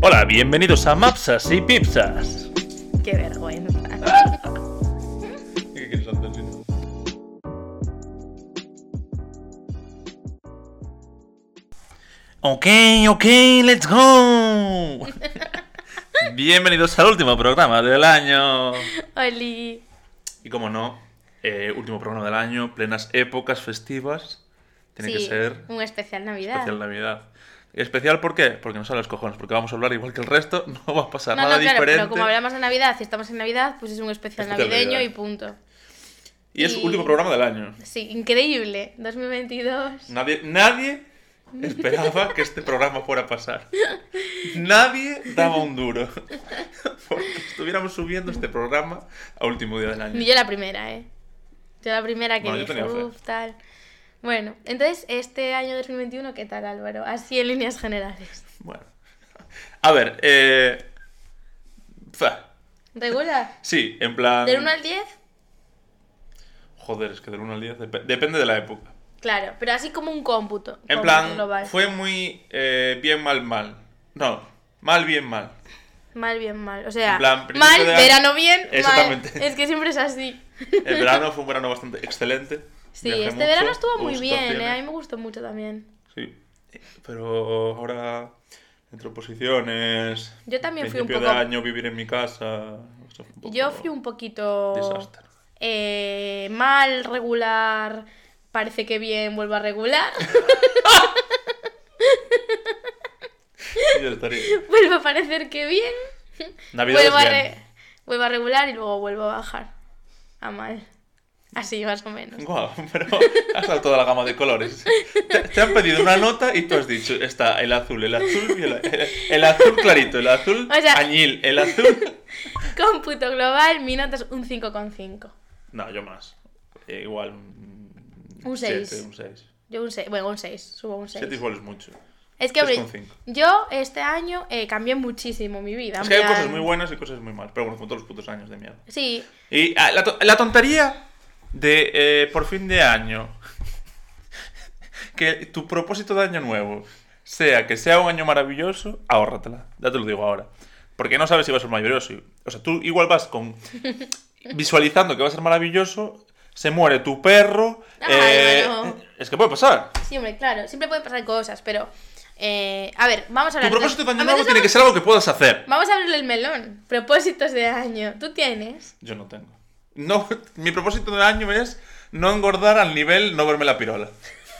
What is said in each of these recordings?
Hola, bienvenidos a Mapsas y Pipsas. Qué vergüenza. ¿Qué quieres hacer, si no? Ok, let's go. Bienvenidos al último programa del año. Oli. Y como no, último programa del año, plenas épocas festivas. Tiene que ser un especial Navidad. especial Navidad. ¿Especial por qué? Porque no sale los cojones, porque vamos a hablar igual que el resto, no va a pasar nada claro, diferente. pero como hablamos de Navidad y estamos en Navidad, pues es un especial navideño Navidad. y punto. Y es último programa del año. Sí, increíble. 2022. Nadie esperaba que este programa fuera a pasar. Nadie daba un duro porque estuviéramos subiendo este programa a último día del año. Ni yo la primera, Yo la primera que Bueno, yo dije, tenía fe. tal. Bueno, entonces, este año 2021, ¿qué tal, Álvaro? Así en líneas generales. Bueno. A ver, ¿Regular? sí, en plan... ¿Del 1 al 10? Joder, es que del 1 al 10 depende de la época. Claro, pero así como un cómputo. En cómputo plan, global. fue muy bien, mal. No, mal, bien, mal. Mal, bien, mal. O sea, En plan, principio mal, de año- verano bien, Exactamente. mal. Es que siempre es así. El verano fue un verano bastante excelente. Sí, Viajé este mucho, verano estuvo hubo muy bien, situaciones. A mí me gustó mucho también. Sí, pero ahora entre oposiciones, Yo también fui un principio poco... de año, vivir en mi casa, eso fue un poco Yo fui un poquito... desastre. Mal, regular, parece que bien, vuelvo a regular. Y ya estaría. Vuelvo a parecer que bien. Navidad Vuelvo es a, bien. vuelvo a regular y luego vuelvo a bajar. A mal. Así, más o menos. Guau, pero has dado toda la gama de colores. Te han pedido una nota y tú has dicho, está el azul y el azul clarito, el azul O sea- añil, el azul... Cómputo global, mi nota es un 5,5. No, yo más. Igual Un siete, 6. un 6. Yo un 6, bueno, un 6, subo un 6. 7 igual es mucho. Es que, hombre, 6,5. yo este año cambié muchísimo mi vida. Es en que hay plan- cosas muy buenas y cosas muy malas. Pero bueno, como todos los putos años de mierda. Sí, Y la tontería de por fin de año que tu propósito de año nuevo sea que sea un año maravilloso, ahórratela. Ya te lo digo ahora. Porque no sabes si va a ser maravilloso. O sea, tú igual vas con visualizando que va a ser maravilloso, se muere tu perro. Ay, bueno. Es que puede pasar. sí, hombre, claro, siempre pueden pasar cosas, pero... a ver, vamos a Tu hablar... propósito de a año ver, nuevo tiene que ser algo que puedas hacer. Vamos a abrirle el melón. Propósitos de año. ¿Tú tienes? Yo no tengo. No, mi propósito de año es no engordar al nivel no verme la pirola.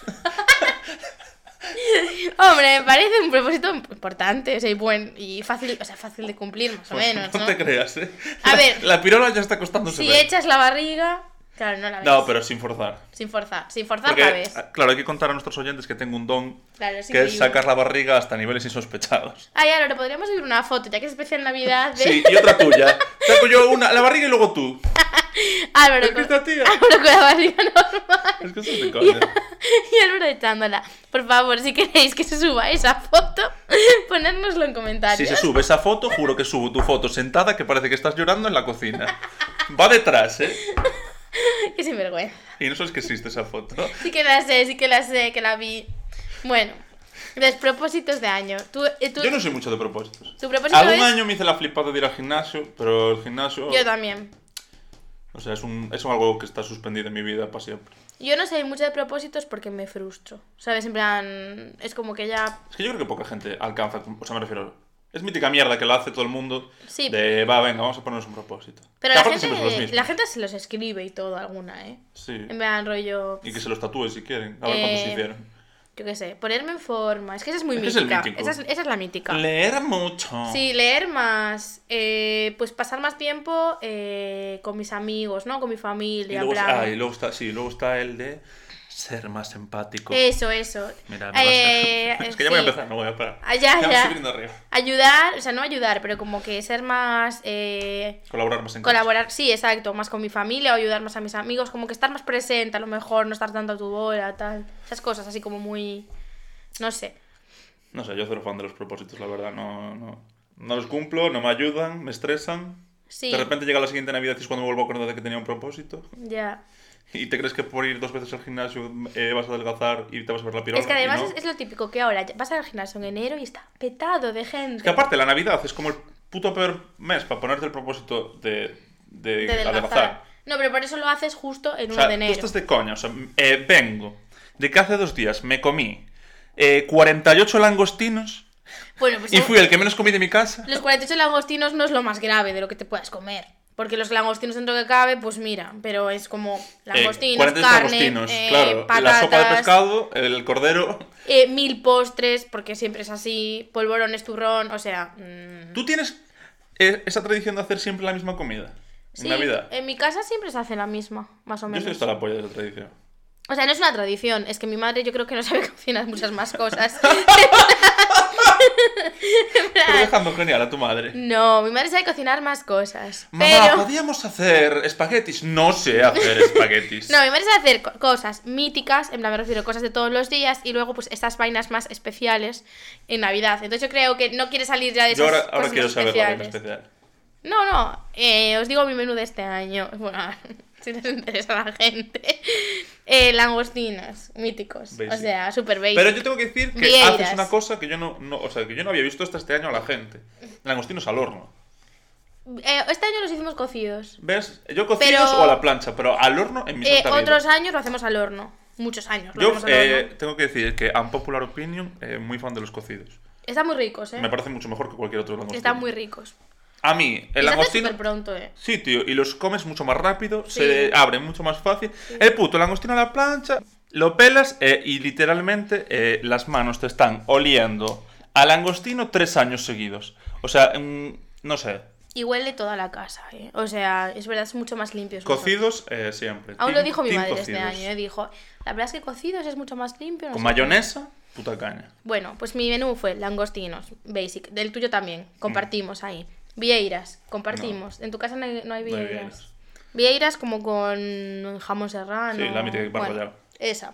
Hombre, me parece un propósito importante, o sea, y fácil, o sea, fácil de cumplir, más o menos, No ¿no? te creas, A ver. La pirola ya está costando Si ver. echas la barriga, claro, no la ves. No, pero sin forzar. Sin forzar Porque, la ves. claro, hay que contar a nuestros oyentes que tengo un don Claro, es que es increíble. sacar la barriga hasta niveles insospechados. Ay, ahora podríamos subir una foto, ya que es especial Navidad de Sí, y otra tuya. Saco yo la barriga y luego tú. Álvaro Es que con... esta tía. Álvaro con la barriga normal. Es que eso es de coña. Y Álvaro echándola. Por favor, si queréis que se suba esa foto, ponérnoslo en comentarios. Si se sube esa foto, juro que subo tu foto sentada que parece que estás llorando en la cocina. Va detrás, ¿eh? Qué sinvergüenza. Y no sabes que existe esa foto. Sí que la sé, que la vi. Bueno, los propósitos de año. Yo no soy mucho de propósitos. Tu propósito Algún es... año me hice la flipada de ir al gimnasio, pero el gimnasio... Yo también. O sea, es algo que está suspendido en mi vida para siempre. Yo no sé mucho de propósitos porque me frustro. ¿Sabes? En plan, es como que ya... Es que yo creo que poca gente alcanza... O sea, me refiero... Es mítica mierda que lo hace todo el mundo. Sí. De, venga, vamos a ponernos un propósito. Pero Que la aparte siempre son los gente, mismos. la gente se los escribe y todo, alguna, ¿eh? Sí. En plan, rollo... Y que se los tatúe si quieren. A ver cuándo se hicieron. Yo qué sé, ponerme en forma. Es que esa es muy Es que es el mítica. mítico. Esa es la mítica. Leer mucho. Sí, leer más. Pues pasar más tiempo con mis amigos, ¿no? Con mi Y familia. luego, en plan... luego está el de ser más empático. Eso. Mira, es que ya voy a sí. empezar, no voy a parar. Ya. me estoy viniendo arriba. Ayudar, o sea, no ayudar, pero como que ser más... Colaborar más en casa. colaborar, sí, exacto, más con mi familia o ayudar más a mis amigos, como que estar más presente, a lo mejor no estar tanto a tu bola, tal. Esas cosas así como muy... No sé. No sé, yo soy fan de los propósitos, la verdad. No los cumplo, no me ayudan, me estresan. Sí, De repente llega la siguiente Navidad y es cuando me vuelvo a acordar de que tenía un propósito. ya. ¿Y te crees que por ir 2 veces al gimnasio vas a adelgazar y te vas a ver la pirona? Es que además Y no. es lo típico que ahora vas al gimnasio en enero y está petado de gente. Es que aparte, la Navidad es como el puto peor mes para ponerte el propósito de De adelgazar. adelgazar. No, pero por eso lo haces justo en O 1 sea, de tú enero. estás de coña. O sea, vengo de que hace 2 días me comí 48 langostinos Bueno, pues y fui el que menos comí de mi casa. los 48 langostinos no es lo más grave de lo que te puedas comer. Porque los langostinos dentro que cabe, pues mira, pero es como langostinos, 48 carne, langostinos, claro. patatas, La sopa de pescado, el cordero. 1000 postres, porque siempre es así, polvorones, turrón, o sea... ¿Tú tienes esa tradición de hacer siempre la misma comida? En sí, Navidad. en mi casa siempre se hace la misma, más o Yo menos. estoy hasta la polla de esa tradición. O sea, no es una tradición, es que mi madre yo creo que no sabe cocinar muchas más cosas. Pero dejando genial a tu madre. No, mi madre sabe cocinar más cosas. Mamá, Pero... ¿podíamos hacer espaguetis? No sé hacer espaguetis. No, mi madre sabe hacer cosas míticas, en plan me refiero a cosas de todos los días, y luego pues estas vainas más especiales en Navidad. Entonces yo creo que no quiere salir ya de esas Yo ahora cosas quiero más saber la vaina especiales. especial. No, os digo mi menú de este año. Bueno, si les interesa a la gente. Langostinos, míticos. Basic. O sea, super basic. Pero yo tengo que decir que Vieiras. haces una cosa que yo no, o sea, que yo no había visto hasta este año a la gente. Langostinos al horno. Este año los hicimos cocidos. ¿Ves? Yo cocidos Pero- o a la plancha, pero al horno en mi santa vida. Otros años lo hacemos al horno. Muchos años lo Yo hacemos al horno. tengo que decir que, unpopular opinion, muy fan de los cocidos. Están muy ricos, Me parece mucho mejor que cualquier otro langostino. Están muy ricos. A mí, el Y se hace langostino... súper pronto, Sí, tío, y los comes mucho más rápido, Sí. se abren mucho más fácil. El puto langostino a la plancha, lo pelas y literalmente las manos te están oliendo a langostino 3 años seguidos. O sea, no sé, Y huele toda la casa, ¿eh? O sea, es verdad, es mucho más limpio. cocidos siempre. Aún lo dijo mi Team madre este cocidos. año, dijo, la verdad es que cocidos es mucho más limpio. No Con sé qué". mayonesa, puta caña. Bueno, pues mi menú fue langostinos, basic. Del tuyo también, compartimos ahí. Vieiras, compartimos. En tu casa no hay No hay vieiras. vieiras. Vieiras como con jamón serrano. Sí, la mítica que bueno, parrillado. esa.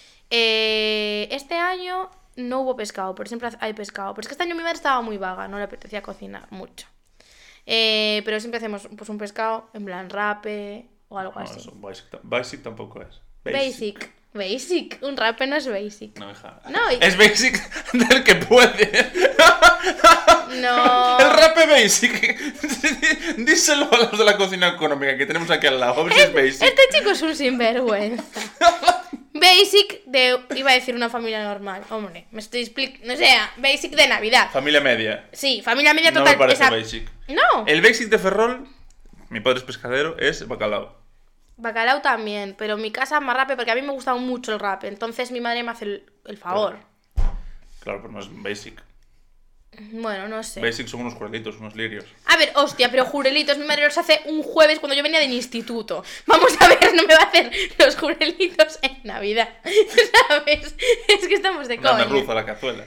Este año no hubo pescado, pero siempre hay pescado. Pero es que este año mi madre estaba muy vaga, no le apetecía cocinar mucho. Pero siempre hacemos pues un pescado en plan rape o algo No, así. eso, basic tampoco es. Basic. Un rape no es basic. No, hija. No, y- Es basic del que puede. No. El rape basic. Díselo a los de la cocina económica que tenemos aquí al lado. A ver si es basic. Este chico es un sinvergüenza. Basic de... Iba a decir una familia normal. Hombre, me estoy explicando... O sea, basic de Navidad. Familia media. Sí, familia media No total. me parece esa- basic. No. El basic de Ferrol, mi padre es pescadero, es bacalao. Bacalao también, pero en mi casa más rape porque a mí me gusta mucho el rape. Entonces mi madre me hace el favor. Claro, pero no es basic. Bueno, no sé. Basic son unos cuerditos, unos lirios. A ver, hostia, pero jurelitos, mi madre los hace un jueves cuando yo venía del instituto. Vamos a ver, no me va a hacer los jurelitos en Navidad. ¿Sabes? Es que estamos de Una coña. merluza a la cazuela.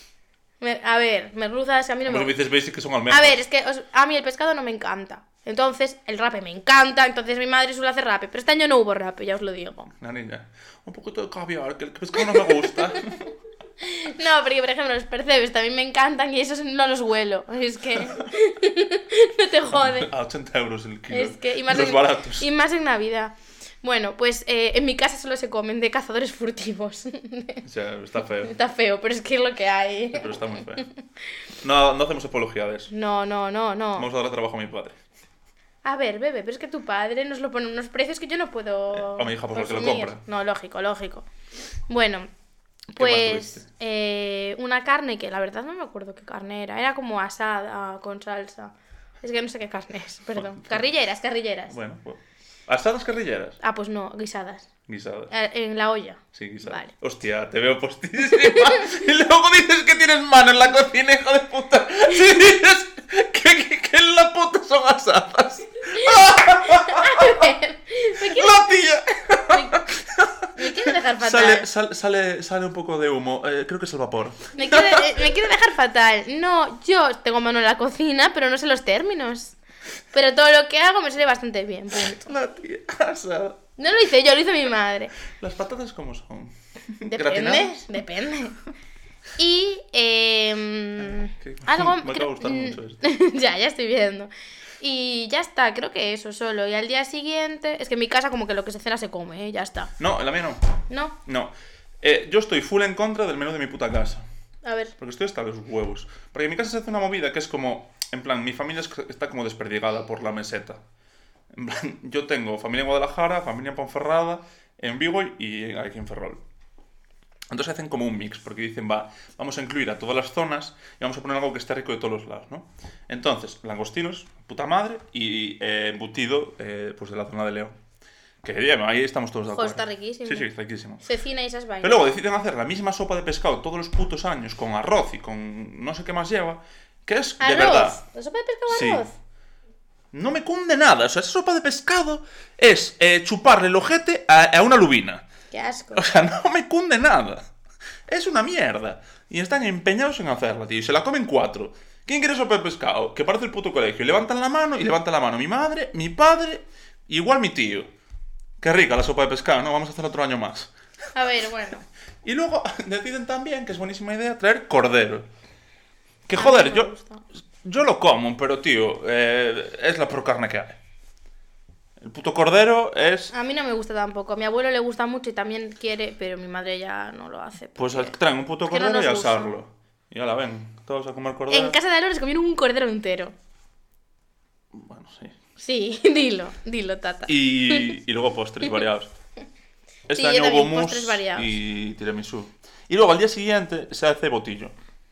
A ver, merluzas a mí no me Como gusta. dices basic que son almejas. A ver, es que a mí el pescado no me encanta. Entonces, el rape me encanta. Entonces, mi madre suele hacer rape. Pero este año no hubo rape, ya os lo digo. La niña. Un poquito de caviar, que el pescado no me gusta. No, porque, por ejemplo, los percebes también me encantan y esos no los huelo. Es que. No te jode. A 80 euros el kilo. Es que. Y más, los baratos. y más en Navidad. Bueno, pues en mi casa solo se comen de cazadores furtivos. O sea, está feo. Está feo, pero es que es lo que hay. Pero está muy feo. No, no hacemos apología de eso. No. Vamos a darle trabajo a mi padre. A ver, bebé, pero es que tu padre nos lo pone unos precios que yo no puedo. a mi hija, pues, porque lo consumir. compra. No, lógico. Bueno, más pues una carne que la verdad no me acuerdo qué carne era. Era como asada con salsa. Es que no sé qué carne es, perdón. Carrilleras. Bueno, pues. ¿Asadas carrilleras? Ah, pues no, guisadas. Guisadas. En la olla. Sí, guisadas. Vale. Hostia, te veo postísima. Y luego dices que tienes mano en la cocina, hijo de puta. Si dices que en la puta son asadas. A ver, me quiero, ¡La tía! me quiero dejar fatal. Sale un poco de humo. Creo que es el vapor. Me quiero dejar fatal. No, yo tengo mano en la cocina, pero no sé los términos. Pero todo lo que hago me sale bastante bien, punto. La tía asada. No lo hice yo, lo hizo mi madre. ¿Las patatas cómo son? Depende, ¿Gratinadas? depende. Y Que- algo... me acaba de gustar mucho esto. Ya estoy viendo. Y ya está, creo que eso solo. Y al día siguiente, es que en mi casa como que lo que se cena se come, ya está. No, en la mía no. ¿No? No. Yo estoy full en contra del menú de mi puta casa. A ver. Porque estoy hasta los huevos. Porque en mi casa se hace una movida que es como... En plan, mi familia está como desperdigada por la meseta. En plan, yo tengo familia en Guadalajara, familia en Ponferrada, en Vigo y aquí en Ferrol. Entonces hacen como un mix, porque dicen, vamos a incluir a todas las zonas y vamos a poner algo que esté rico de todos los lados, ¿no? Entonces, langostinos, puta madre, y embutido, pues de la zona de León. Que bien, ahí estamos todos de acuerdo. Está riquísimo. Sí, está riquísimo. Cecina y esas vainas. Pero luego deciden hacer la misma sopa de pescado todos los putos años, con arroz y con no sé qué más lleva, que es de verdad. ¿La sopa de pescado Sí. arroz? No me cunde nada, o sea, esa sopa de pescado es chuparle el ojete a una lubina. Qué asco. O sea, no me cunde nada. Es una mierda. Y están empeñados en hacerla, tío. Y se la comen 4. ¿Quién quiere sopa de pescado? Que parece el puto colegio. Y levantan la mano mi madre, mi padre, igual mi tío. Qué rica la sopa de pescado, ¿no? Vamos a hacer otro año más. A ver, bueno. Y luego deciden también, que es buenísima idea, traer cordero. Que A mí joder, no me yo, gusta. yo lo como, pero tío, es la peor carne que hay. El puto cordero es... A mí no me gusta tampoco. A mi abuelo le gusta mucho y también quiere, pero mi madre ya no lo hace. Pues porque- traen un puto es que no cordero y nos gusta. asarlo. Y ahora ven, todos a comer cordero. En casa de Alores comieron un cordero entero. Bueno, sí. Sí, dilo, tata. Y luego postres variados. Este Sí, yo año hubo también, mousse postres variados. y tiramisú. Y luego al día siguiente se hace botillo.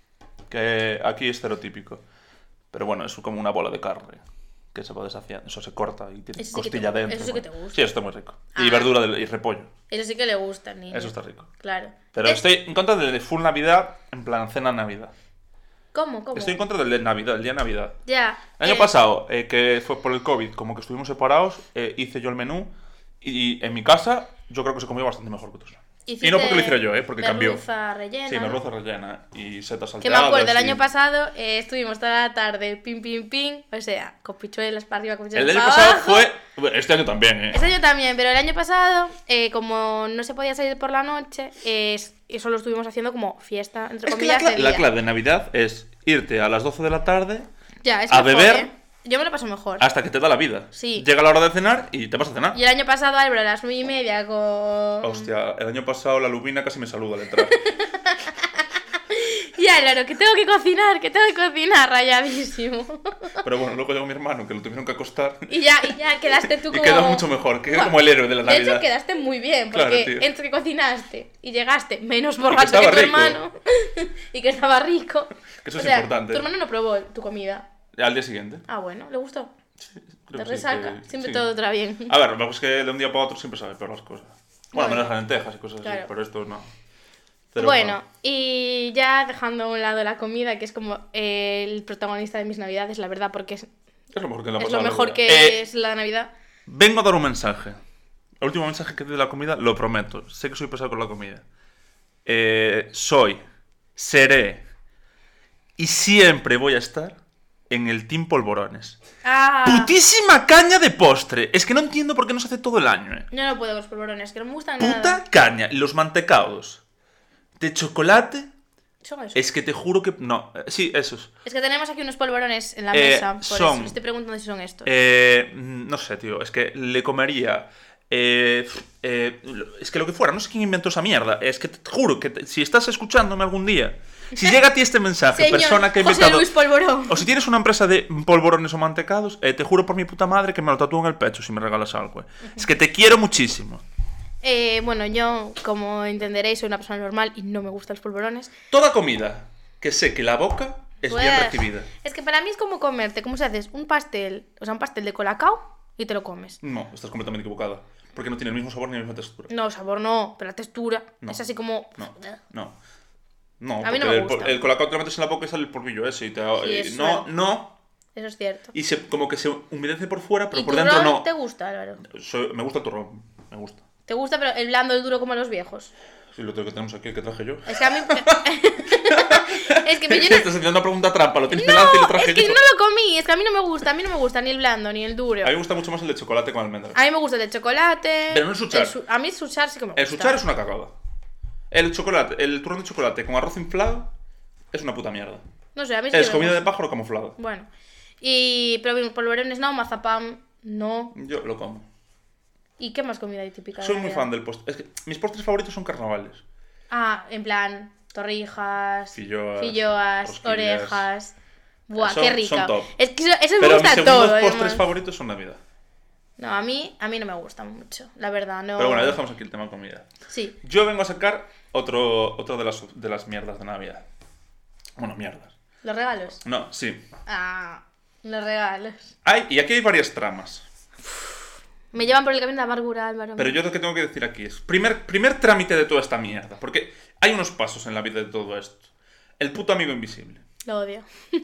Que aquí es estereotípico. Pero bueno, es como una bola de carne que se va deshaciendo. Eso se corta y tiene Eso sí que costilla te- dentro. eso sí que te bueno. gusta. Sí, eso está muy rico. Y Ah. verdura y repollo. Eso sí que le gusta, niño. Eso está rico. Claro. Pero Es- estoy en contra del de full Navidad, en plan cena Navidad. ¿Cómo? Estoy en contra del de Navidad, el día de Navidad. Ya. El año pasado, que fue por el COVID, como que estuvimos separados, hice yo el menú y en mi casa yo creo que se comió bastante mejor que otros. Y no porque lo hiciera yo, porque cambió. Merluza rellena. Sí, ¿no? merluza rellena y setas Que salteadas. me acuerdo, el y- año pasado estuvimos toda la tarde, pim, o sea, con pichuelas para arriba, con El pichuelas año para pasado abajo. fue... Bueno, este año también, Este año también, pero el año pasado, como no se podía salir por la noche, eso lo estuvimos haciendo como fiesta, entre Es que la, comillas, de la día. clave de Navidad es irte a las 12 de la tarde Ya, es a mejor, beber ¿eh? Yo me lo paso mejor. hasta que te da la vida. Sí. Llega la hora de cenar y te vas a cenar. Y el año pasado, Álvaro, a las 9:30 con... Hostia, el año pasado la lubina casi me saluda al entrar. Y Álvaro, que tengo que cocinar, rayadísimo. Pero bueno, luego llegó mi hermano, que lo tuvieron que acostar. Y ya quedaste tú Y como... quedó mucho mejor, quedé como el héroe de la De hecho, Navidad. quedaste muy bien, Claro, porque tío. entre que cocinaste y llegaste menos que borracho que, estaba tu rico. hermano y que estaba rico. Que eso O es sea, importante. Tu hermano no probó tu comida. Al día siguiente. Ah, bueno, ¿le gustó? Creo Te que sí, resaca. que- Siempre sí. todo otra bien. A ver, lo que es que de un día para otro siempre sabe peor las cosas. Bueno, Bueno. menos las lentejas y cosas así, Claro. pero esto no. Pero Bueno, y ya dejando a un lado la comida, que es como el protagonista de mis navidades, la verdad, porque es es lo mejor que le ha lo pasado a la mejor vida. que es la Navidad. Vengo a dar un mensaje. El último mensaje que doy de la comida, lo prometo. Sé que soy pesado con la comida. Seré y siempre voy a estar en el Team Polvorones. Ah, Putísima caña de postre. Es que no entiendo por qué no se hace todo el año, yo no puedo con los polvorones, que no me gustan Puta nada. caña. Los mantecados de chocolate. Son esos. Es que te juro que... No, sí, esos. Es que tenemos aquí unos polvorones en la mesa, por son- eso le estoy preguntando si son estos. No sé, tío. Es que le comería... es que lo que fuera, no sé quién inventó esa mierda. Es que te juro que si estás escuchándome algún día, si llega a ti este mensaje, Señor persona que ha José inventado... Luis Polvorón. O si tienes una empresa de polvorones o mantecados, te juro por mi puta madre que me lo tatúo en el pecho si me regalas algo. Es que te quiero muchísimo. Bueno, yo, como entenderéis, soy una persona normal y no me gustan los polvorones. Toda comida que seque la boca es bien Pues, recibida. Es que para mí es como comerte, como si haces un pastel, o sea, un pastel de colacao y te lo comes. No, estás completamente equivocada. Porque no tiene el mismo sabor ni la misma textura. No, sabor no, pero la textura No. es así como... No. No, A mí no porque me gusta. el colacao te lo metes en la boca y sale el polvillo ese. Y te, eso no, es. no. Eso es cierto. Y como que se humedece por fuera, pero ¿Y por turrón dentro no. te gusta, Álvaro? Me gusta el turrón. Me gusta. ¿Te gusta, pero el blando, el duro como los viejos? Sí, lo que tenemos aquí, el que traje yo. Es que a mí... es que me Estás llena... haciendo una pregunta trampa, lo tienes No, delante y lo traje es que yo. no lo comí, es que a mí no me gusta ni el blando, ni el duro. A mí me gusta mucho más el de chocolate con almendras. A mí me gusta el de chocolate. Pero no el suchar. A mí el suchar sí que me gusta. El suchar es una cagada. El turrón de chocolate con arroz inflado es una puta mierda. No sé, a mí sí Es que me comida de gusta. pájaro camuflado. Bueno. Pero vimos polvorones no, mazapán no. Yo lo como. ¿Y qué más comida hay típica de Soy muy Navidad? fan del postre. Es que mis postres favoritos son carnavales. Ah, en plan, torrijas, Filloas, rosquillas. orejas. Buah, Son- qué rico. son top. Es que eso me Pero mis gusta segundos todo, postres además. favoritos son Navidad. No, a mí no me gustan mucho, la verdad, no. Pero bueno, ya dejamos aquí el tema comida. Sí. Yo vengo a sacar otro de las mierdas de Navidad. Bueno, mierdas. ¿Los regalos? No, sí. Ah, los regalos. Y aquí hay varias tramas. Me llevan por el camino de la amargura, Álvaro. Pero yo lo que tengo que decir aquí es, primer trámite de toda esta mierda, porque hay unos pasos en la vida de todo esto. El puto amigo invisible. Lo odio.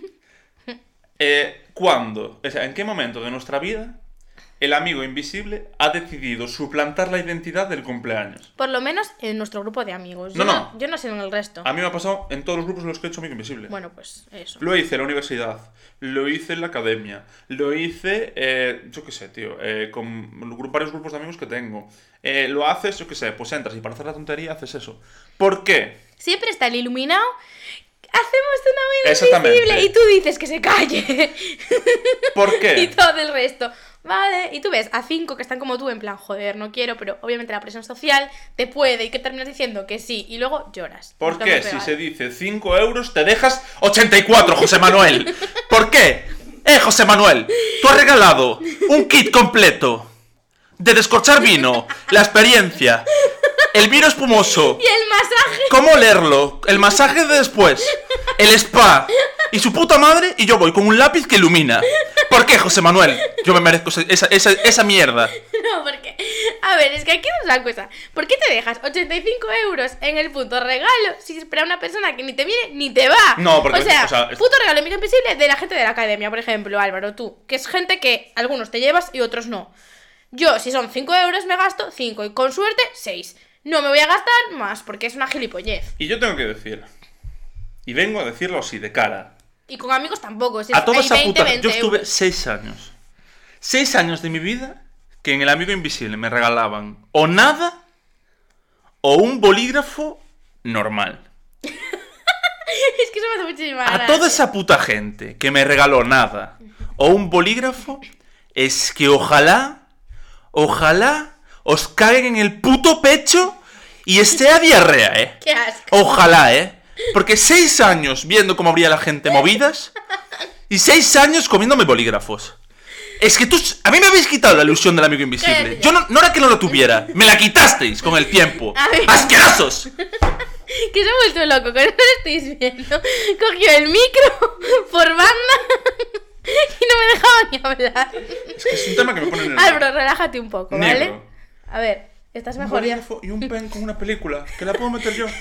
¿Cuándo? O sea, ¿en qué momento de nuestra vida el amigo invisible ha decidido suplantar la identidad del cumpleaños? Por lo menos en nuestro grupo de amigos. No. Yo no sé en el resto. A mí me ha pasado en todos los grupos en los que he hecho amigo invisible. Bueno, pues eso. Lo hice en la universidad, lo hice en la academia, lo hice, yo qué sé, tío, con varios grupos de amigos que tengo. Lo haces, yo qué sé, pues entras y para hacer la tontería haces eso. ¿Por qué? Siempre está el iluminado. Hacemos un amigo Exactamente. invisible y tú dices que se calle. ¿Por Y qué? todo el resto. Vale, y tú ves a 5 que están como tú en plan, joder, no quiero, pero obviamente la presión social te puede y que terminas diciendo que sí y luego lloras. ¿Por Buscando qué? un Si regalo. se dice 5 euros, te dejas 84, José Manuel. ¿Por qué? José Manuel, tú has regalado un kit completo de descorchar vino, la experiencia, el vino espumoso, Y el masaje. cómo leerlo, el masaje de después, el spa y su puta madre, y yo voy con un lápiz que ilumina. ¿Por qué, José Manuel? Yo me merezco esa mierda. No, porque... A ver, es que aquí es una cosa. ¿Por qué te dejas 85 euros en el puto regalo si espera una persona que ni te viene ni te va? No, porque... O sea, puto regalo amigo invisible de la gente de la academia, por ejemplo, Álvaro, tú. Que es gente que algunos te llevas y otros no. Yo, si son 5 euros, me gasto 5 y con suerte 6. No me voy a gastar más porque es una gilipollez. Y yo tengo que decir, y vengo a decirlo así, de cara... Y con amigos tampoco. Si A toda hay esa 20, puta... 20 Yo estuve euros. 6 años. 6 años de mi vida que en el amigo invisible me regalaban o nada o un bolígrafo normal. Es que eso me hace muchísima A gracia. toda esa puta gente que me regaló nada o un bolígrafo, es que ojalá os caguen en el puto pecho y esté a diarrea, Qué asco. Ojalá, Porque 6 años viendo cómo abría la gente movidas y 6 años comiéndome bolígrafos. Es que a mí me habéis quitado la ilusión del amigo invisible. Cállate. Yo no era que no lo tuviera, me la quitasteis con el tiempo. A ver. ¡Asquerosos! Que se ha vuelto loco, que no lo estáis viendo. Cogió el micro por banda y no me dejaba ni hablar. Es que es un tema que me pone nervioso. Álvaro, relájate un poco, ¿vale? Negro. A ver, estás Un mejor ya. bolígrafo y un pen con una película, que la puedo meter yo.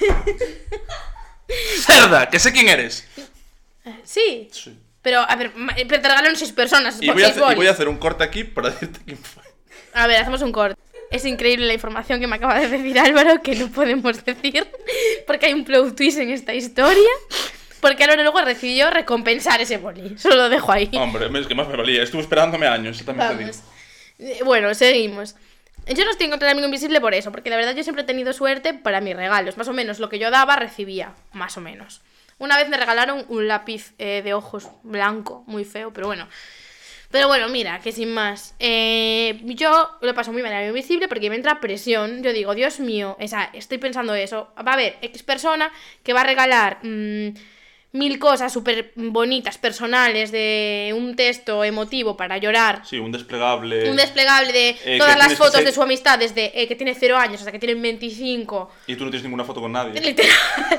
¡Cerda! Que sé quién eres. Sí. Sí. Pero, a ver, pero te regalaron 6 personas. Y por voy, a 6 hacer, y voy a bolis. hacer un corte aquí para decirte quién fue. A ver, hacemos un corte. Es increíble la información que me acaba de decir Álvaro, que no podemos decir, porque hay un plot twist en esta historia. Porque Álvaro luego decidió recompensar ese boli. Solo lo dejo ahí. Hombre, es que más me valía. Estuve esperándome años, eso también te digo. Vamos. Bueno, seguimos. Yo no estoy en contra del amigo invisible por eso, porque la verdad yo siempre he tenido suerte para mis regalos. Más o menos lo que yo daba, recibía. Más o menos. Una vez me regalaron un lápiz de ojos blanco, muy feo, pero bueno. Pero bueno, mira, que sin más. Yo lo paso muy mal en el amigo invisible porque me entra presión. Yo digo, Dios mío, estoy pensando eso. Va a haber X persona que va a regalar 1000 cosas súper bonitas, personales, de un texto emotivo para llorar. Sí, un desplegable. Un desplegable de que todas las tienes que fotos ser- de su amistad desde que tiene 0 años hasta que tienen 25. Y tú no tienes ninguna foto con nadie. Literal.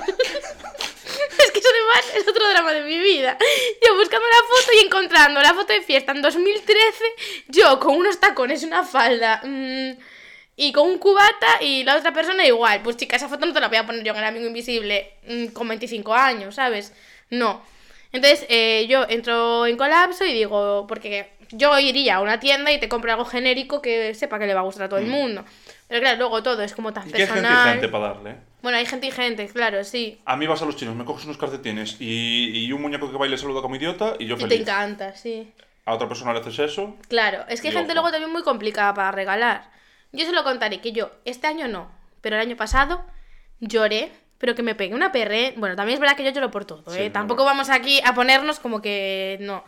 Es que eso además es otro drama de mi vida. Yo buscando la foto y encontrando la foto de fiesta en 2013, yo con unos tacones, una falda y con un cubata y la otra persona igual. Pues chica, esa foto no te la voy a poner yo en el amigo invisible con 25 años, ¿sabes? No. Entonces yo entro en colapso y digo, porque yo iría a una tienda y te compro algo genérico que sepa que le va a gustar a todo el mundo. Pero claro, luego todo es como tan Y que hay gente y personal. gente para darle, Bueno, hay gente y gente, claro, sí. A mí vas a los chinos, me coges unos calcetines y un muñeco que baile saluda como idiota y yo Y te feliz. encanta, sí. A otra persona le haces eso. Claro, es que hay Y gente ojo. luego también muy complicada para regalar. Yo se lo contaré que yo, este año no, pero el año pasado lloré, pero que me pegué una perre. Bueno, también es verdad que yo lloro por todo, Sí, Tampoco vamos aquí a ponernos como que no.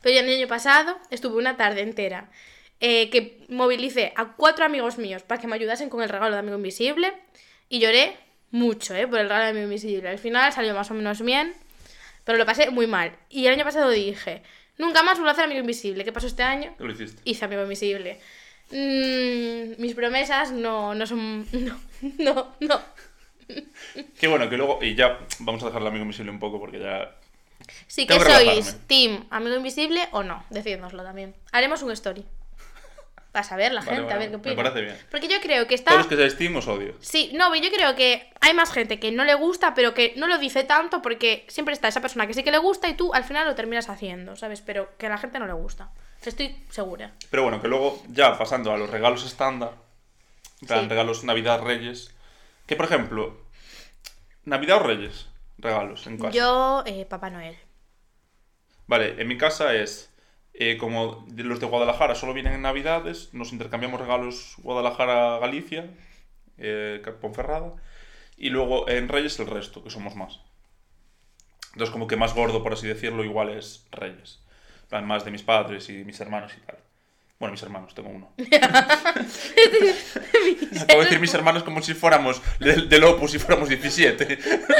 Pero yo el año pasado estuve una tarde entera que movilicé a 4 amigos míos para que me ayudasen con el regalo de Amigo Invisible y lloré mucho, por el regalo de Amigo Invisible. Al final salió más o menos bien, pero lo pasé muy mal. Y el año pasado dije, nunca más vuelvo a hacer Amigo Invisible. ¿Qué pasó este año? ¿Qué lo hiciste? Hice Amigo Invisible. Mis promesas no son... No. Qué bueno, que luego... Y ya vamos a dejar el Amigo Invisible un poco porque ya... Sí, que Tengo que sois relajarme. team Amigo Invisible o no, decídnoslo también. Haremos un story. Para saber la gente, Vale, a ver qué opina. me parece bien. Porque yo creo que está... Todos los que seáis Steam os odio. Sí, no, yo creo que hay más gente que no le gusta, pero que no lo dice tanto porque siempre está esa persona que sí que le gusta y tú al final lo terminas haciendo, ¿sabes? Pero que a la gente no le gusta. Estoy segura. Pero bueno, que luego ya pasando a los regalos estándar, en plan, Sí. regalos Navidad, Reyes, que por ejemplo, Navidad o Reyes, regalos en casa. Yo, Papá Noel. Vale, en mi casa es, como los de Guadalajara solo vienen en Navidades, nos intercambiamos regalos Guadalajara-Galicia, Ponferrada, y luego en Reyes el resto, que somos más. Entonces como que más gordo, por así decirlo, igual es Reyes. En plan, más de mis padres y mis hermanos y tal. Bueno, mis hermanos, tengo uno. Acabo de decir mis hermanos como si fuéramos del Opus, si fuéramos 17.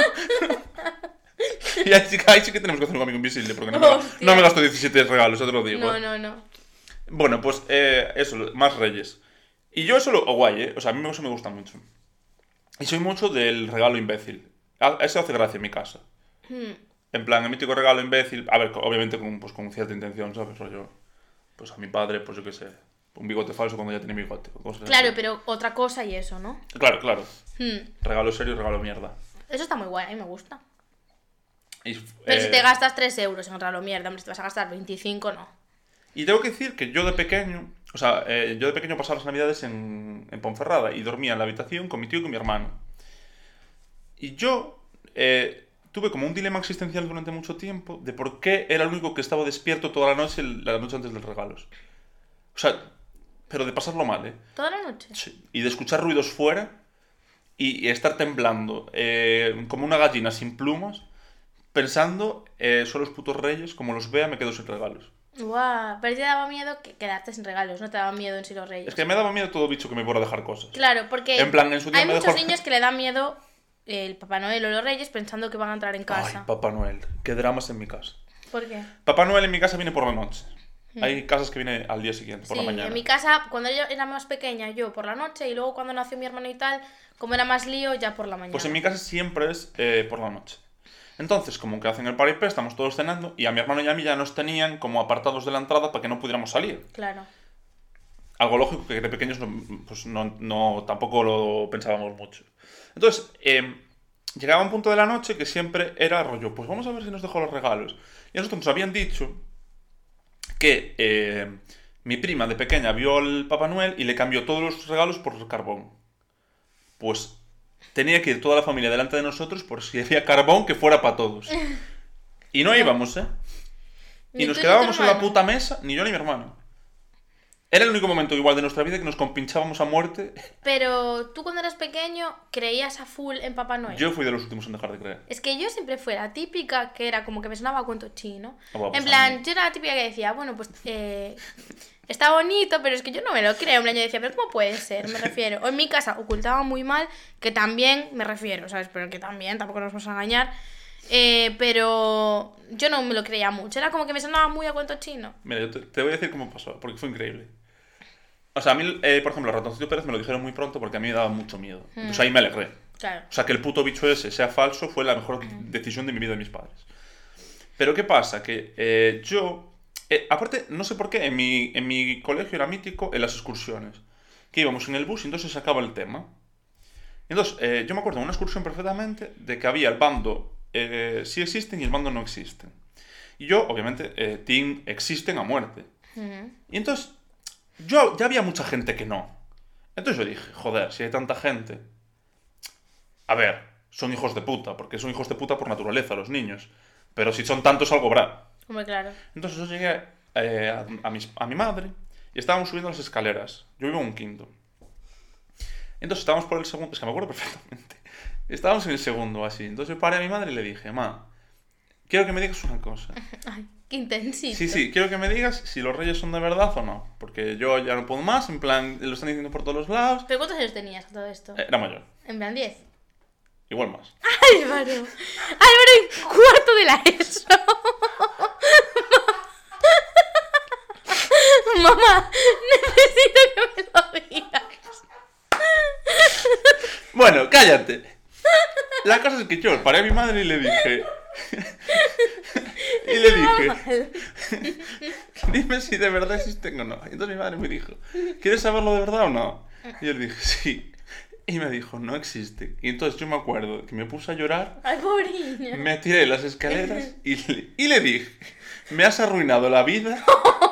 Y ahí sí que tenemos que hacer un amigo invisible, porque Hostia. no me gasto 17 regalos, ya te lo digo. No. Bueno, pues eso, más Reyes. Y yo eso lo guay, O sea, a mí eso me gusta mucho. Y soy mucho del regalo imbécil. Eso hace gracia en mi casa. En plan, el mítico regalo imbécil. A ver, obviamente con cierta intención, ¿sabes? Rollo, pues a mi padre, pues yo qué sé, un bigote falso cuando ya tiene bigote. Cosas Claro, así. pero otra cosa y eso, ¿no? Claro. Regalo serio, regalo mierda. Eso está muy guay, a mí me gusta. Y, Pero si te gastas 3 euros en regalo mierda, hombre, si te vas a gastar 25, no. y tengo que decir que yo de pequeño, yo de pequeño pasaba las navidades en Ponferrada y dormía en la habitación con mi tío y con mi hermano. Y yo tuve como un dilema existencial durante mucho tiempo de por qué era el único que estaba despierto toda la noche antes de los regalos. O sea, pero de pasarlo mal, ¿Toda la noche? Sí. Y de escuchar ruidos fuera y estar temblando como una gallina sin plumas, pensando, son los putos reyes, como los vea me quedo sin regalos. Guau, pero te daba miedo quedarte sin regalos, no te daba miedo en sí los reyes. Es que me daba miedo todo bicho que me fuera a dejar cosas. Claro, porque En plan, en su día hay me muchos dejó- niños que le da miedo el Papá Noel o los reyes pensando que van a entrar en Ay, casa. Papá Noel, qué dramas en mi casa. ¿Por qué? Papá Noel en mi casa viene por la noche. Hay casas que viene al día siguiente, por la Sí, mañana. en mi casa, cuando yo era más pequeña, yo por la noche, y luego cuando nació mi hermano y tal, como era más lío, ya por la mañana. Pues en mi casa siempre es por la noche. Entonces, como que hacen el paripé, estamos todos cenando y a mi hermano y a mí ya nos tenían como apartados de la entrada para que no pudiéramos salir. Claro. Algo lógico que de pequeños tampoco lo pensábamos mucho. Entonces, llegaba un punto de la noche que siempre era rollo, pues vamos a ver si nos dejó los regalos. Y a nosotros nos habían dicho que mi prima de pequeña vio al Papá Noel y le cambió todos los regalos por carbón. Pues tenía que ir toda la familia delante de nosotros por si había carbón que fuera para todos. Y no íbamos, Ni Y nos tú ni tu quedábamos en la hermano. puta mesa, ni yo ni mi hermano. Era el único momento igual de nuestra vida que nos compinchábamos a muerte. Pero tú cuando eras pequeño creías a full en Papá Noel. Yo fui de los últimos en dejar de creer. Es que yo siempre fui la típica que era como que me sonaba a cuento chino. Ah, bueno, pues En a plan, mí. yo era la típica que decía, bueno, pues está bonito, pero es que yo no me lo creo. En plan, yo decía, pero ¿cómo puede ser? Me refiero. O en mi casa ocultaba muy mal, que también me refiero, ¿sabes? Pero que también, tampoco nos vamos a engañar. Pero yo no me lo creía mucho. Era como que me sonaba muy a cuento chino. Mira, yo te voy a decir cómo pasó, porque fue increíble. O sea, a mí, por ejemplo, el ratoncito Pérez me lo dijeron muy pronto porque a mí me daba mucho miedo. Entonces ahí me alegré. Claro. O sea, que el puto bicho ese sea falso fue la mejor decisión de mi vida y de mis padres. Pero ¿qué pasa? Que yo... aparte, no sé por qué, en mi colegio era mítico en las excursiones. Que íbamos en el bus y entonces se sacaba el tema. Entonces, yo me acuerdo de una excursión perfectamente de que había el bando sí existen y el bando no existen. Y yo, obviamente, team existen a muerte. Y entonces, ya había mucha gente que no. Entonces yo dije, joder, si hay tanta gente... A ver, son hijos de puta, porque son hijos de puta por naturaleza los niños. Pero si son tantos, algo habrá. Hombre, claro. Entonces yo llegué a mi madre y estábamos subiendo las escaleras. Yo vivo en un quinto. Entonces estábamos por el segundo... Es que me acuerdo perfectamente. Estábamos en el segundo, así. Entonces yo paré a mi madre y le dije, ma, quiero que me digas una cosa. Ay, qué intensito. Sí, quiero que me digas si los reyes son de verdad o no. Porque yo ya no puedo más, en plan, lo están diciendo por todos los lados. ¿Pero cuántos años tenías a todo esto? Era mayor. En plan 10. Igual más. Álvaro. Álvaro en cuarto de la ESO. Mamá, necesito que me lo digas. Bueno, cállate. La cosa es que yo paré a mi madre y le dije... dime si de verdad existen o no. Y entonces mi madre me dijo, ¿quieres saberlo de verdad o no? Y yo le dije, sí. Y me dijo, no existe. Y entonces yo me acuerdo que me puse a llorar. Ay, pobreña. Me tiré las escaleras y le dije, me has arruinado la vida.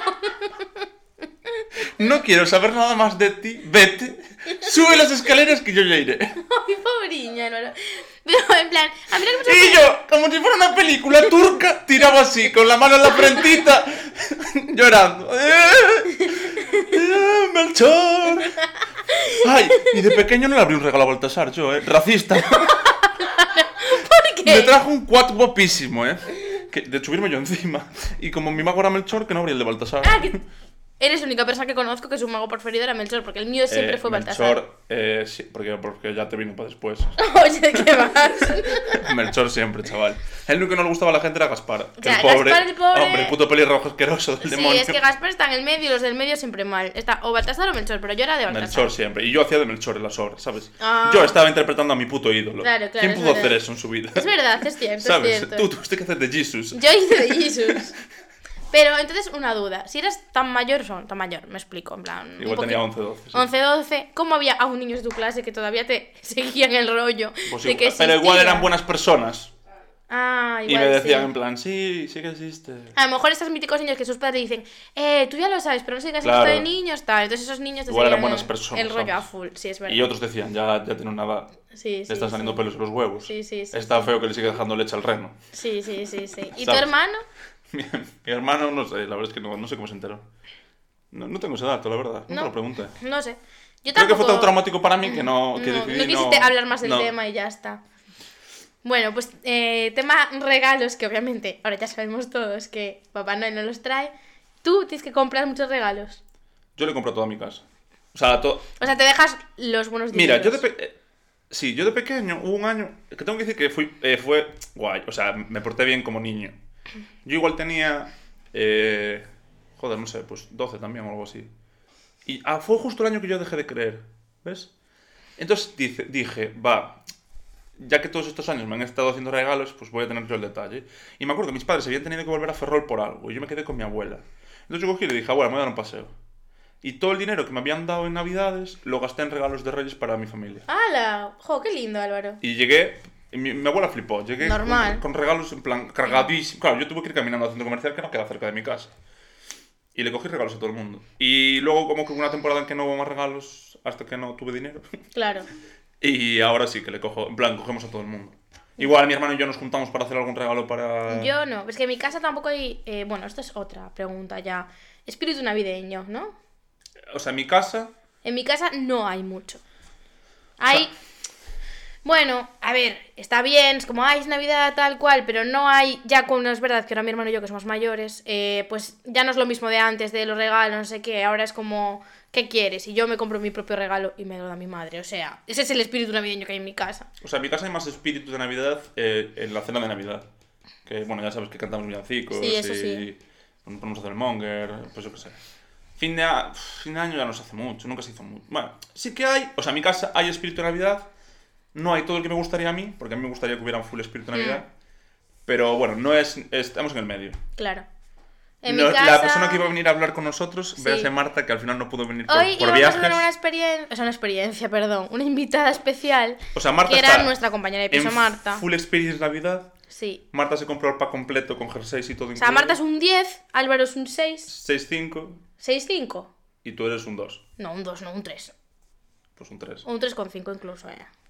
No quiero saber nada más de ti. Vete. Sube las escaleras que yo ya iré. Ay, pobreña, Álvaro. Pero en plan, a mí lo que me Y yo, como si fuera una película turca, tiraba así, con la mano en la frentita, llorando. Melchor. Ay, y de pequeño no le abrí un regalo a Baltasar, yo, racista. ¿Por qué? Me trajo un quad guapísimo, que, de subirme yo encima. Y como mi mago era Melchor, que no abrí el de Baltasar. Ah, que eres la única persona que conozco que su mago preferido era Melchor, porque el mío siempre fue Baltasar. Melchor, sí, porque ya te vino para después. Oye, ¿qué vas? Melchor siempre, chaval. El único que no le gustaba a la gente era Gaspar. O sea, el pobre, Gaspar, el pobre... hombre, puto pelirrojo asqueroso del Sí, demonio. es que Gaspar está en el medio y los del medio siempre mal. Está o Baltasar o Melchor, pero yo era de Baltasar. Melchor siempre. Y yo hacía de Melchor en las obras, ¿sabes? Ah. Yo estaba interpretando a mi puto ídolo. Claro, ¿Quién es pudo verdad. hacer eso en su vida? Es verdad, es cierto, ¿Sabes? es cierto. Tú tuviste que hacer de Jesus. Yo hice de Jesus. Pero entonces, una duda. Si eres tan mayor, me explico, en plan... Igual tenía 11, 12. Sí. 11, 12, ¿cómo había a un niño de tu clase que todavía te seguían el rollo Pues de igual, que existía? pero igual eran buenas personas. Ah, Y igual me decían sí. en plan, sí que existe. A lo mejor estos míticos niños que sus padres dicen, tú ya lo sabes, pero no sigas Claro. esto de niños, tal. Entonces esos niños te Igual eran seguían buenas personas, el rollo a ¿sabes? full, sí, es verdad. Y otros decían, ya tiene una edad. Sí, Le sí, están saliendo sí. pelos en los huevos. Sí. Está feo que le siga dejando leche al reno. Sí. ¿Y tu ¿Sabes? hermano? Mi hermano, no sé, la verdad es que no sé cómo se enteró. No tengo ese dato, la verdad. Nunca lo pregunté. No sé. Yo Creo que tampoco... fue tan traumático para mí que no No decidí quisiste hablar más del no. tema y ya está. Bueno, pues tema regalos, que obviamente ahora ya sabemos todos que Papá Noel no los trae. Tú tienes que comprar muchos regalos. Yo le compro toda mi casa. O sea, O sea, te dejas los buenos Mira, dineros. yo de pequeño hubo un año que tengo que decir que fue guay. O sea, me porté bien como niño. Yo igual tenía... joder, no sé, pues 12 también o algo así. Y fue justo el año que yo dejé de creer. ¿Ves? Entonces dije, va, ya que todos estos años me han estado haciendo regalos, pues voy a tener yo el detalle. Y me acuerdo que mis padres habían tenido que volver a Ferrol por algo. Y yo me quedé con mi abuela. Entonces yo cogí y le dije, abuela, me voy a dar un paseo. Y todo el dinero que me habían dado en Navidades lo gasté en regalos de Reyes para mi familia. ¡Hala! ¡Jo, qué lindo, Álvaro! Y llegué, y mi abuela flipó. Llegué Normal. con regalos en plan cargadísimos. Claro, yo tuve que ir caminando al centro comercial que no queda cerca de mi casa. Y le cogí regalos a todo el mundo. Y luego como que hubo una temporada en que no hubo más regalos hasta que no tuve dinero. Claro. Y ahora sí que le cojo, en plan, cogemos a todo el mundo. Igual mi hermano y yo nos juntamos para hacer algún regalo para... Yo no. Es que en mi casa tampoco hay... bueno, esto es otra pregunta ya. Espíritu navideño, ¿no? O sea, en mi casa... En mi casa no hay mucho. Hay... Bueno, a ver, está bien, es como, es Navidad tal cual, pero no hay, ya cuando es verdad que ahora mi hermano y yo que somos mayores, pues ya no es lo mismo de antes, de los regalos, no sé qué, ahora es como, ¿qué quieres? Y yo me compro mi propio regalo y me lo da mi madre, o sea, ese es el espíritu navideño que hay en mi casa. O sea, en mi casa hay más espíritu de Navidad en la cena de Navidad. Que, bueno, ya sabes que cantamos villancicos Sí, eso y sí. nos ponemos a hacer el monger, pues yo qué sé. Fin de año ya no se hace mucho, nunca se hizo mucho. Bueno, sí que hay, o sea, en mi casa hay espíritu de Navidad. No hay todo el que me gustaría a mí, porque a mí me gustaría que hubiera un full espíritu de Navidad. Pero bueno, no estamos en el medio. Claro. En No, mi casa... La persona que iba a venir a hablar con nosotros, Sí. véase Marta, que al final no pudo venir Hoy por íbamos viajes. a tener una experiencia, una invitada especial, O sea, Marta que era está nuestra compañera de piso, en Marta. full experience Navidad. Sí. Marta se compró el pack completo con jerseys y todo O sea, Marta es un 10, Álvaro es un 6, 6,5 6,5. y tú eres un 2. No, un 2, no, un 3. Pues un 3. O un 3,5 incluso,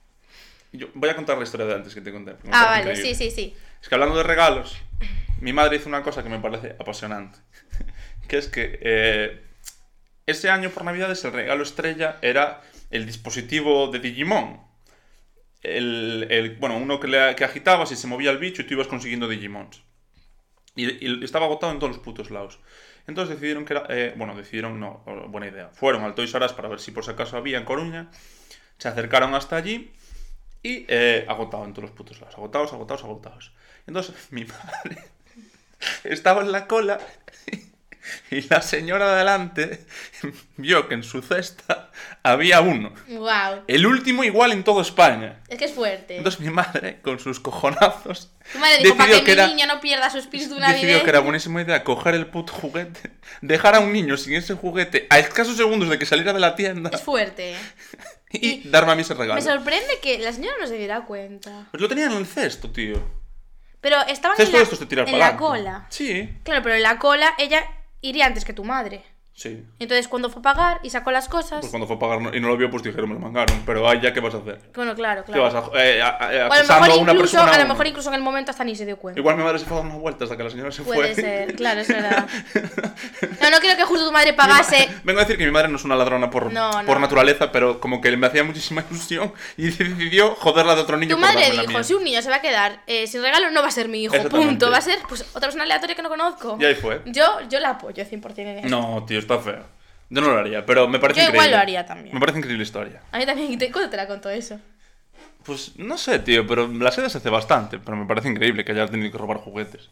Yo voy a contar la historia de antes que te conté. porque me parece vale, increíble. sí. Es que hablando de regalos, mi madre hizo una cosa que me parece apasionante. Que es que ese año por Navidades el regalo estrella era el dispositivo de Digimon. Bueno, uno que agitabas y se movía el bicho y tú ibas consiguiendo Digimons. Y estaba agotado en todos los putos lados. Entonces decidieron que era... decidieron no, buena idea. Fueron al Toys R Us para ver si por si acaso había en Coruña. Se acercaron hasta allí y agotado en todos los putos lados. Agotados. Entonces mi madre estaba en la cola y la señora de adelante vio que en su cesta había uno. Wow. El último igual en toda España. Es que es fuerte. Entonces mi madre, con sus cojonazos, Tu madre dijo, para decidió que mi era- niño no pierda su espíritu decidió navideño. que era buenísima idea coger el puto juguete, dejar a un niño sin ese juguete a escasos segundos de que saliera de la tienda Es fuerte. y darme a mí ese regalo. Me sorprende que la señora no se diera cuenta. Pues lo tenían en el cesto, tío. Pero estaban Cesto en de estos de tirar en para la cola. Sí, Claro, pero en la cola ella iría antes que tu madre. sí. Entonces cuando fue a pagar y sacó las cosas... Pues cuando fue a pagar y no lo vio, pues dijeron, me lo mangaron. Pero ahí ya, ¿qué vas a hacer? Bueno, claro, ¿Qué claro. vas a...? O a lo Acusando mejor a una incluso, persona... a lo uno. mejor incluso en el momento hasta ni se dio cuenta. Igual mi madre se fue a dar una vuelta hasta que la señora se Puede fue. ser, claro, es verdad. No quiero que justo tu madre pagase... Vengo a decir que mi madre no es una ladrona por No. naturaleza, pero como que me hacía muchísima ilusión y decidió joderla de otro niño. Tu por madre darme la dijo, mía. si un niño se va a quedar sin regalo, no va a ser mi hijo, Exactamente. punto. Va a ser pues otra persona aleatoria que no conozco. Y ahí fue. Yo la apoyo 100% en eso. No, tío, está feo. Yo no lo haría, pero me parece Yo increíble. igual lo haría también. Me parece increíble historia. A mí también, ¿cuándo te la contó eso? Pues no sé, tío, pero la seda se hace bastante, pero me parece increíble que hayas tenido que robar juguetes.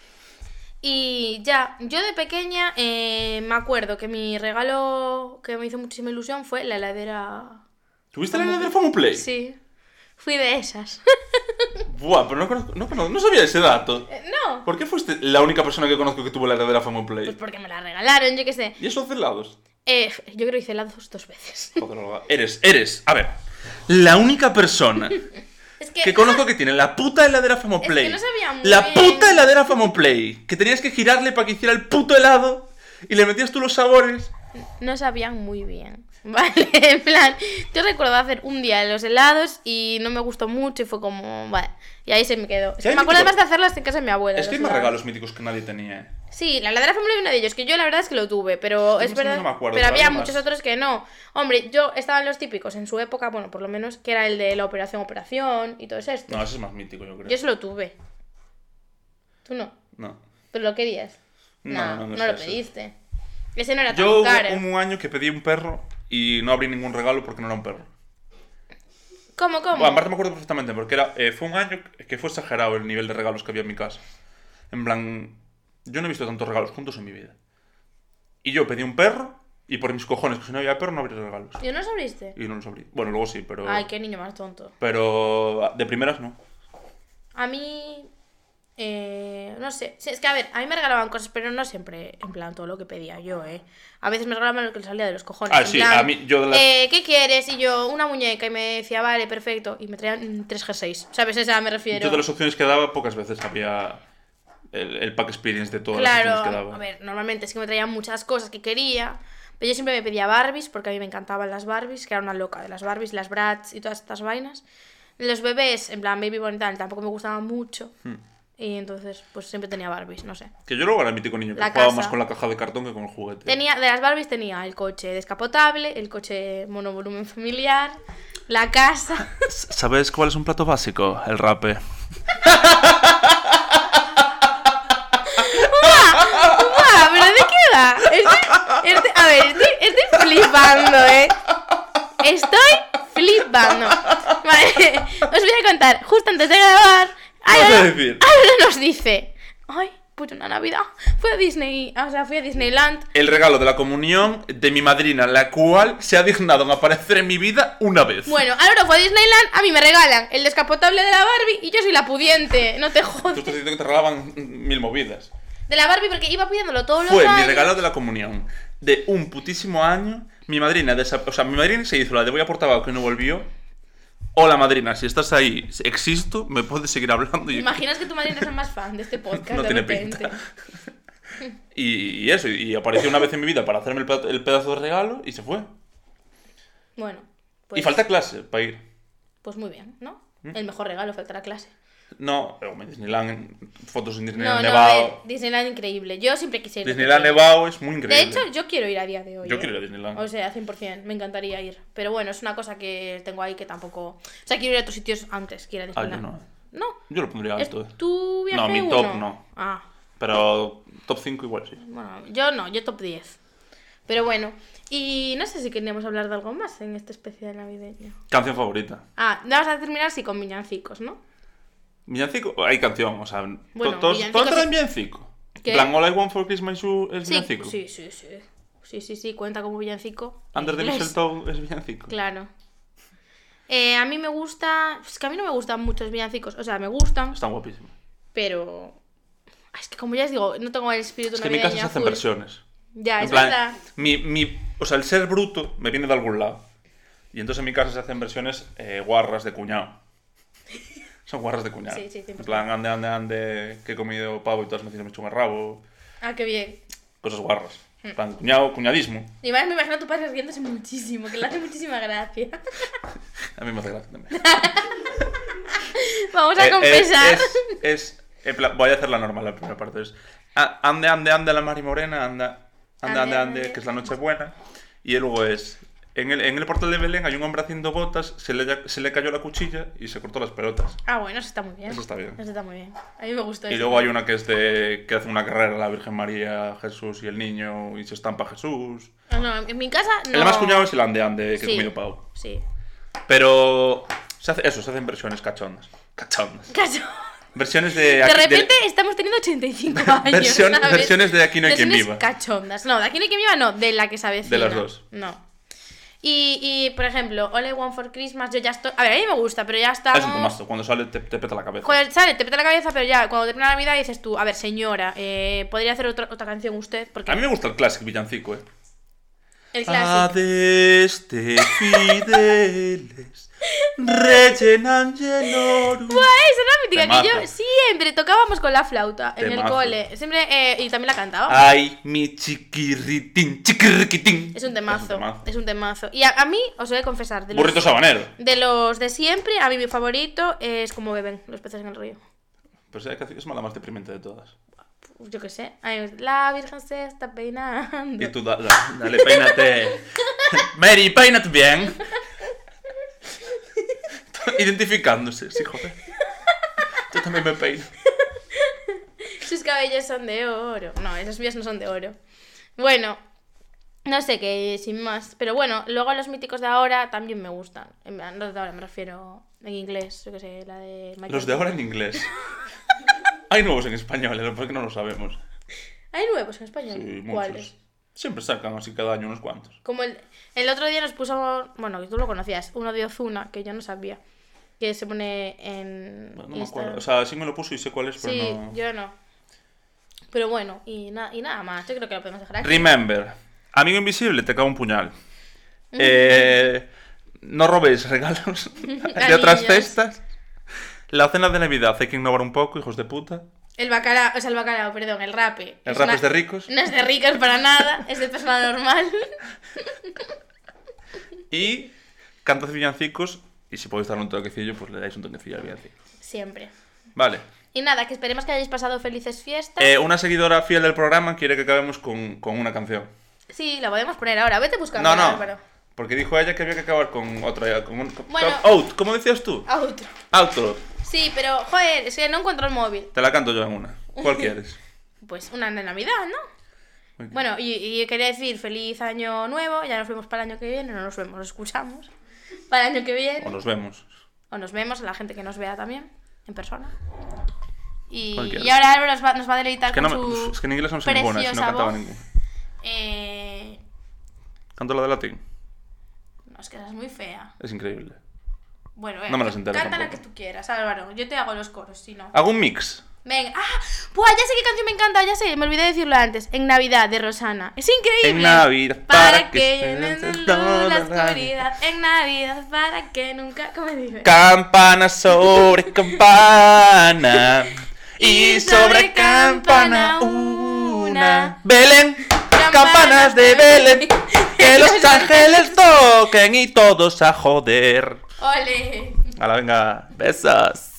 Y ya, yo de pequeña me acuerdo que mi regalo que me hizo muchísima ilusión fue la heladera... ¿Tuviste la heladera Famoplay? Sí, fui de esas. Buah, pero no sabía ese dato. No, ¿Por qué fuiste la única persona que conozco que tuvo la heladera Famoplay? pues porque me la regalaron, yo qué sé. ¿Y esos helados? Yo creo que hice helados 2 veces. Joder, Olga. A ver, la única persona Es que conozco que tiene la puta heladera Famoplay. Es que no sabía muy La bien. puta heladera Famoplay. Que tenías que girarle para que hiciera el puto helado y le metías tú los sabores. No sabían muy bien. Vale, en plan, yo recuerdo hacer un día los helados y no me gustó mucho y fue como, vale, y ahí se me quedó. Es ¿Qué que hay me acuerdo míticos? además de hacerlas en casa de mi abuela. Es que hay los más helados. regalos míticos que nadie tenía, ¿eh? Sí, la heladera familiar es uno de ellos, que yo la verdad es que lo tuve, pero es más o menos verdad, no me acuerdo, pero pero había había muchos más. otros que no. Hombre, yo estaba en los típicos en su época, bueno, por lo menos, que era el de la operación y todo esto. No, ese es más mítico, yo creo. Yo se lo tuve. Tú no, No. pero lo querías. No no es lo ese. pediste. Ese no era Yo tan caro. hubo un año que pedí un perro y no abrí ningún regalo porque no era un perro. ¿Cómo? Bueno, aparte me acuerdo perfectamente porque fue un año que fue exagerado el nivel de regalos que había en mi casa. En plan, yo no he visto tantos regalos juntos en mi vida. Y yo pedí un perro y por mis cojones, que si no había perro no habría regalos. ¿Y no los abriste? Y no los abrí. Bueno, luego sí, pero... Ay, qué niño más tonto. Pero de primeras no. A mí... no sé. Sí, es que a ver, a mí me regalaban cosas, pero no siempre en plan todo lo que pedía yo, ¿eh? A veces me regalaban lo que les salía de los cojones. Ah, en sí, plan, a mí yo de las... ¿qué quieres? Y yo, una muñeca. Y me decía, vale, perfecto. Y me traían 3 jerseys. ¿Sabes? Esa me refiero. Yo de las opciones que daba, pocas veces había el pack experience de todas las opciones que Claro, daba. a ver, normalmente es que me traían muchas cosas que quería. Pero yo siempre me pedía Barbies, porque a mí me encantaban las Barbies, que era una loca de las Barbies, las Bratz y todas estas vainas. Los bebés, en plan Baby Born y tal, tampoco me gustaban mucho. Y entonces, pues siempre tenía Barbies, no sé. Que yo luego era el mítico niño que La jugaba casa. más con la caja de cartón que con el juguete. De las Barbies tenía el coche descapotable, el coche monovolumen familiar, la casa. ¿Sabes cuál es un plato básico? El rape. ¡Guau! ¿Pero de qué va? A ver, estoy flipando, ¿eh? Estoy flipando. Vale, os voy a contar. Justo antes de grabar, ¿Qué vas a decir? Álvaro nos dice: ay, pues una Navidad. Fui a Disneyland. El regalo de la comunión de mi madrina, la cual se ha dignado en aparecer en mi vida una vez. Bueno, Álvaro fue a Disneyland, a mí me regalan el descapotable de la Barbie y yo soy la pudiente. No te Tú jodas. estás diciendo que te regalaban 1000 movidas. De la Barbie porque iba pidiéndolo todos los Fue años. mi regalo de la comunión de un putísimo año. Mi madrina, mi madrina se hizo la de voy a Portabaco que no volvió. Hola madrina, si estás ahí, existo, me puedes seguir hablando. ¿Te imaginas que tu madrina es más fan de este podcast No de tiene repente? pinta. Y eso, y apareció una vez en mi vida para hacerme el pedazo de regalo y se fue. Bueno, Y falta clase para ir. pues muy bien, ¿no? El mejor regalo, falta la clase. No, Disneyland, fotos en No, Disneyland no, a ver, Nevado. Disneyland increíble. Yo siempre quise ir. de Disneyland pequeña. Nevado es muy increíble. De hecho, yo quiero ir a día de hoy. Yo quiero ir a Disneyland. O sea, 100%, me encantaría ir. Pero bueno, es una cosa que tengo ahí que tampoco... O sea, quiero ir a otros sitios antes que ir a Ah, yo Disneyland. no. ¿No? Yo lo pondría ¿Es alto. tu viaje No, mi uno? top no. Ah, Pero top 5 igual sí. Bueno, yo no, yo top 10. Pero bueno, y no sé si queríamos hablar de algo más en este especial navideño. Canción favorita. Vamos a terminar sí con villancicos, ¿no? Villancico, hay canción, o sea, Bueno, todos villancico entran sí. en villancico. ¿Qué? En plan, All I Want for Christmas es Sí, villancico. sí, cuenta como villancico. Under the Inglés. Mistletoe es villancico. Claro. A mí me gusta... Es que a mí no me gustan muchos villancicos. O sea, me gustan, Están guapísimos. pero... Es que como ya os digo, no tengo el espíritu Es que en mi casa navideño se hacen a full. versiones. Ya, En es plan, verdad. o sea, el ser bruto me viene de algún lado. Y entonces en mi casa se hacen versiones guarras de cuñado. Son guarras de cuñado. Sí, 100%. En plan, ande, que he comido pavo y todas me me chume el rabo. Ah, qué bien. Cosas guarras. En plan, cuñadismo. Y más me imagino a tu padre riéndose muchísimo, que le hace muchísima gracia. A mí me hace gracia también. Vamos a confesar. En plan, voy a hacer la normal, la primera parte. Es ande la Mari Morena, ande, que es la noche buena. Y luego es, en el portal de Belén hay un hombre haciendo botas, se le cayó la cuchilla y se cortó las pelotas. Ah, bueno, eso está muy bien. Eso está bien. Eso está muy bien. A mí me gustó Y eso. luego hay una que es que hace una carrera la Virgen María, Jesús y el niño y se estampa Jesús. No, en mi casa no. El más cuñado es el ande, que he Sí. comido pavo. Sí. Pero se hacen versiones cachondas. Cacho. Versiones de... De repente estamos teniendo 85 años, ¿sabes? Versiones de Aquí no hay quien Versiones viva. cachondas. No, de Aquí no hay quien viva no, de la que se avecina. De las dos. No. Y por ejemplo, All I Want for Christmas, yo ya estoy... A ver, a mí me gusta, pero ya Es un estamos... temazo. Cuando sale te peta la cabeza. Joder, sale, te peta la cabeza, pero ya cuando termina la Navidad dices tú, a ver, señora, ¿podría hacer otra canción usted? Porque A mí me gusta el clásico villancico, el clásico... Adeste fideles rellenan llenorum. Buah, esa es una mítica que yo Temazo. siempre tocábamos con la flauta en el Temazo. cole. Siempre, y también la cantaba. Ay, mi chiquirriquitín. Es un temazo. temazo. Es un temazo. Y a mí, os voy a confesar, Burrito sabanero. de los de siempre, a mí mi favorito es Como beben los peces en el río. Pues es la más deprimente de todas. Yo qué sé. La Virgen se está peinando. Y tú dale, peínate. Mary, peínate bien. Identificándose, sí, joder. Yo también me peino. Sus cabellos son de oro. No, esos míos no son de oro. Bueno, no sé qué, sin más. Pero bueno, luego los míticos de ahora también me gustan. Los de ahora me refiero en inglés. Yo qué sé, la de Michael Los de ahora en inglés. Hay nuevos en español, porque no lo sabemos. ¿Hay nuevos en español? Sí, ¿Cuáles? muchos. Siempre sacan así cada año unos cuantos. Como el otro día nos puso, bueno, que tú lo conocías, uno de Ozuna, que yo no sabía, que se pone en No me Instagram. acuerdo. O sea, sí me lo puso y sé cuál es, pero Sí, no. yo no. Pero bueno, y nada más, yo creo que lo podemos dejar aquí. Remember. Amigo invisible, te cago un puñal. No robéis regalos de otras niños. cestas. La cena de Navidad hay que innovar un poco, hijos de puta. El bacalao, perdón, el rape. El rap es de ricos. No es de ricos para nada, es de persona normal. Y cantad villancicos. Y si podéis darle un toquecillo, pues le dais un toquecillo al villancico. Siempre. Vale. Y nada, que esperemos que hayáis pasado felices fiestas. Una seguidora fiel del programa quiere que acabemos con una canción. Sí, la podemos poner ahora. Vete buscando, No. Álvaro. Porque dijo ella que había que acabar con otra. Bueno. Out, ¿cómo decías tú? Outro. Outro. Sí, pero, joder, es que no encuentro el móvil. Te la canto yo en una. ¿Cuál quieres? Pues una de Navidad, ¿no? Ok. Bueno, y quería decir feliz año nuevo. Ya nos vemos para el año que viene. No nos vemos, nos escuchamos. Para el año que viene. O nos vemos. O nos vemos, a la gente que nos vea también, en persona. Cualquiera. Y ahora Álvaro nos va a deleitar Es que, con no su es que en inglés no sé ninguna, si no preciosa cantaba voz. ninguna. Eh... Canto la de latín. No, es que esa es muy fea. Es increíble. Bueno, No me las entero canta la que tampoco. tú quieras, Álvaro. Yo te hago los coros, si no. Hago un mix. Venga. ¡Ah! ¡Buah! Ya sé qué canción me encanta, ya sé. Me olvidé de decirlo antes. En Navidad, de Rosana. Es increíble. En Navidad, Para que llenen de luz la oscuridad. En Navidad, para que nunca... ¿Cómo dice? Campana sobre campana. Y sobre campana una. Belén, campanas de Belén. Que los ángeles toquen y todos a joder. ¡Ole! Hala, venga, besos.